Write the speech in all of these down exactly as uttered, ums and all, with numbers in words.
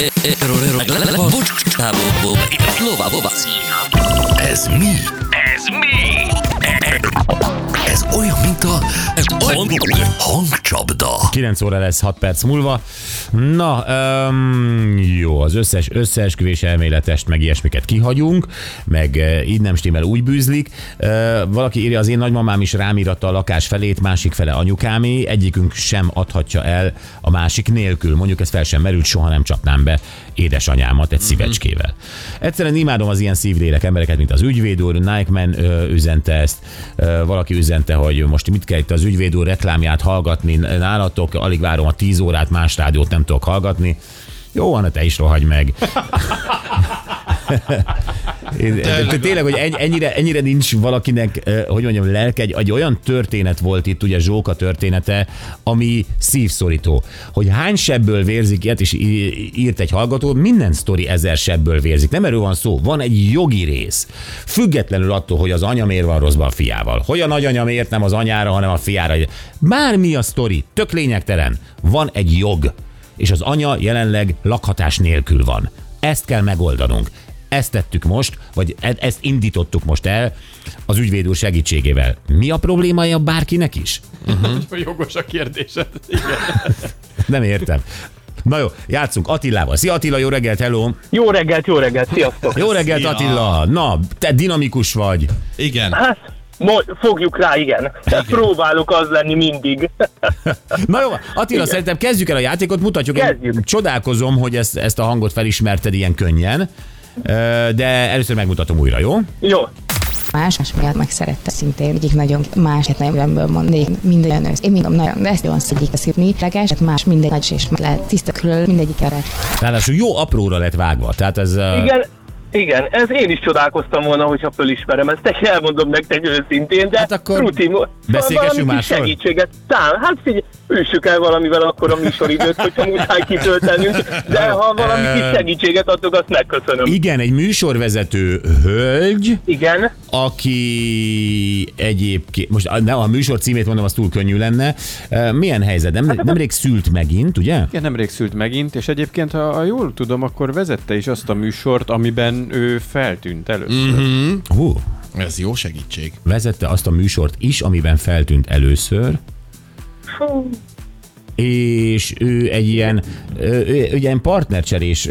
Ez mi? Ez mi? Ez olyan, mint a hangcsapda. kilenc óra lesz hat perc múlva. Na, um, jó, az összes összeesküvés elméletest, meg ilyesmiket kihagyunk, meg uh, így nem stimmel, úgy bűzlik. Uh, valaki írja, az én nagymamám is rám íratta a lakás felét, másik fele anyukámé, egyikünk sem adhatja el a másik nélkül. Mondjuk ez fel sem merült, soha nem csapnám be édesanyámat egy szívecskével. Egyszerűen imádom az ilyen szívlélek embereket, mint az ügyvéd úr, Nike Man ö, üzente ezt, ö, valaki üzente, hogy most mit kell itt az ügyvéd úr reklámját hallgatni nálatok, alig várom a tíz órát, más rádiót nem tudok hallgatni. Jó, Anna, te is rohagy meg. Én, tényleg, hogy ennyire, ennyire nincs valakinek, hogy mondjam, lelke, egy, egy olyan történet volt itt, ugye Zsóka története, ami szívszorító. Hogy hány sebből vérzik, ilyet is írt egy hallgató, minden sztori ezer sebből vérzik. Nem erről van szó, van egy jogi rész. Függetlenül attól, hogy az anya miért van rosszban a fiával. Hogy a nagyanya miért nem az anyára, hanem a fiára. Bármi a sztori, tök lényegtelen. Van egy jog. És az anya jelenleg lakhatás nélkül van. Ezt kell megoldanunk. Ezt tettük most, vagy ezt indítottuk most el az ügyvéd úr segítségével. Mi a problémája bárkinek is? Uh-huh. Jogos a kérdésed. Igen. Nem értem. Na jó, játszunk Attilával. Szia Attila, jó reggelt, hello! Jó reggelt, jó reggelt, sziasztok! Jó reggelt, Szia. Attila! Na, te dinamikus vagy. Igen. Hát, mo- fogjuk rá, igen. igen. Próbálok az lenni mindig. Na jó, Attila, igen. Szerintem kezdjük el a játékot, mutatjuk. Kezdjük. Én csodálkozom, hogy ezt, ezt a hangot felismerted ilyen könnyen, de először megmutatom újra, jó? Jó. Más, más miatt megszerette szintén, egyik nagyon más, hát nagyon önből mondnék, minden ősz. Én mindom nagyon, de ezt jól szedjék a szívni, leges, hát más, mindegy nagy és lehet tiszta külön, mindegyik erre. Ráadásul jó apróra lett vágva, tehát ez... Igen. Igen, ez én is csodálkoztam volna, hogyha fölismerem, ezt te elmondom nektek őszintén, de hát akkor rutin, beszélgessünk másról. Segítséget. Tám, hát figyelj, üssük el valamivel akkor a műsoridőt, hogyha muszáj kitöltenünk, de ha valami kis segítséget adtok, azt megköszönöm. Igen, egy műsorvezető hölgy, igen, aki egyébként, most nem a műsor címét mondom, az túl könnyű lenne. Milyen helyzet? Nem, nemrég szült megint, ugye? Igen, nemrég szült megint, és egyébként, ha, ha jól tudom, akkor vezette is azt a műsort, amiben ő feltűnt először. Mm-hmm. Hú. Ez jó segítség. Vezette azt a műsort is, amiben feltűnt először. Fú. És ő egy ilyen, ő, ő egy ilyen partnercserés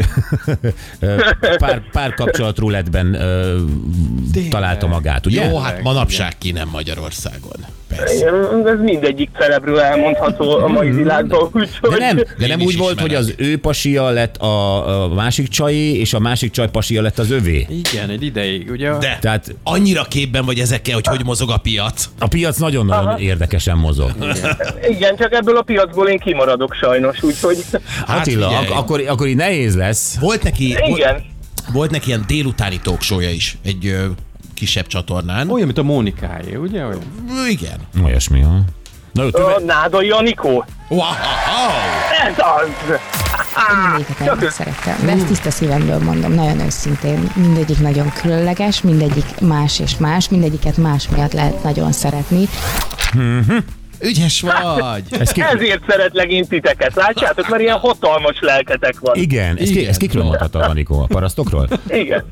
pár, párkapcsolat rulettben találta magát, ugye? Jó, hát manapság ki nem Magyarországon. Persze. Ez mindegyik celebről elmondható a mai világban. Úgyhogy... De nem, de nem úgy volt, hogy az ő pasia lett a, a másik csajé, és a másik csaj pasia lett az övé. Igen, egy ideig, ugye? De tehát, annyira képben vagy ezekkel, hogy hogy mozog a piac. A piac nagyon-nagyon Aha. érdekesen mozog. Igen. Igen, csak ebből a piacból én kimaradok sajnos, úgyhogy... Hát Attila, ak- akkor, akkor így nehéz lesz. Volt neki, Igen. Volt, volt neki ilyen délutáni talkshow-ja is, egy ö, kisebb csatornán. Olyan, mint a Mónikáé, ugye? Olyan? Igen. Olyasmi, ha? Na, töve... Nádai Anikó? Wow! Ez az! Mindegyiket megszerettem, de ezt tiszta szívemből mondom, nagyon őszintén. Mindegyik nagyon különleges, mindegyik más és más, mindegyiket más miatt lehet nagyon szeretni. Ügyes vagy! Ez ki... Ezért szeretlek én titeket, látjátok? Mert ilyen hatalmas lelketek van. Igen, ezt, ki, ezt kikről mondhatta Anikó? A parasztokról? Igen.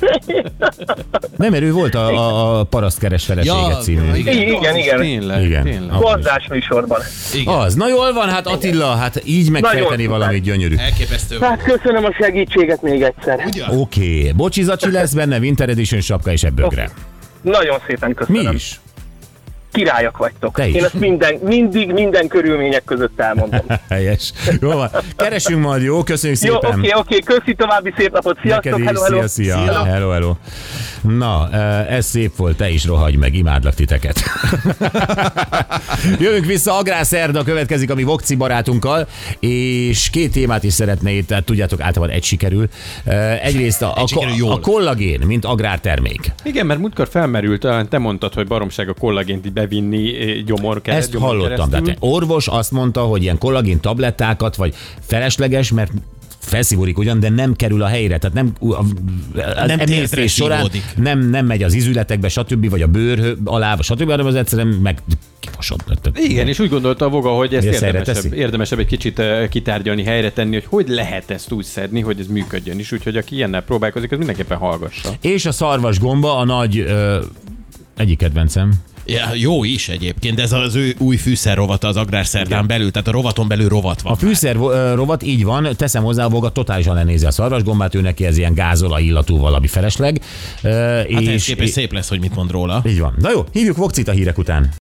Nem, mert ő volt a, a, a paraszt keres felesége ja, című. Igen, igen. igen. Tényleg, igen. tényleg. Gazdás műsorban. Igen. Az, na jól van, hát Attila, hát így megfejteni valamit gyönyörű. Elképesztő. Hát köszönöm a segítséget még egyszer. Oké, okay. Bocsi Zacsi lesz benne, Winter Edition sapka és ebbögre. Nagyon szépen köszönöm. Mi is? Királyak vagytok. Te is. Én ezt minden, mindig, minden körülmények között elmondom. Helyes. Jó van. Keresünk majd, jó? Köszönjük jó, szépen. Jó, oké, oké. Köszi, további szép napot. Sziasztok, Neked hello, is, hello. Szia, szia. Hello, hello. Na, ez szép volt, te is rohagy meg, imádlak titeket. Jövünk vissza, Agrárszerda következik a mi Vokci barátunkkal, és két témát is szeretné, tehát tudjátok, általában egy sikerül. Egyrészt a, egy a, a kollagén, mint agrártermék. Igen, mert múltkor felmerült, te mondtad, hogy baromság a kollagént így bevinni gyomor keresztül. Ezt hallottam, tehát orvos azt mondta, hogy ilyen kollagén tablettákat, vagy felesleges, mert felszívódik ugyan, de nem kerül a helyre, tehát nem, nem emésztés során nem, nem megy az izületekbe, stb., vagy a bőr alá, stb., hanem az egyszerűen meg magasabb lett. Igen, és úgy gondolta a Voga, hogy ezt Ezt érdemesebb, érdemesebb egy kicsit eh, kitárgyalni, helyre tenni, hogy hogy lehet ezt úgy szedni, hogy ez működjön is. Úgyhogy aki ilyennel próbálkozik, az mindenképpen hallgassa. És a szarvas gomba a nagy ö, egyik kedvencem. Ja, jó is egyébként, ez az ő új fűszerrovata az Agrárszerdán belül, tehát a rovaton belül rovat van. A fűszer ö, rovat így van, teszem hozzá, a Voga totálisan lenézi a szarvasgombát, ő neki ez ilyen gázola illatú valami felesleg. Ö, Hát és, ez képest szép lesz, hogy mit mond róla. így van. Na jó, hívjuk Vokcit a hírek után.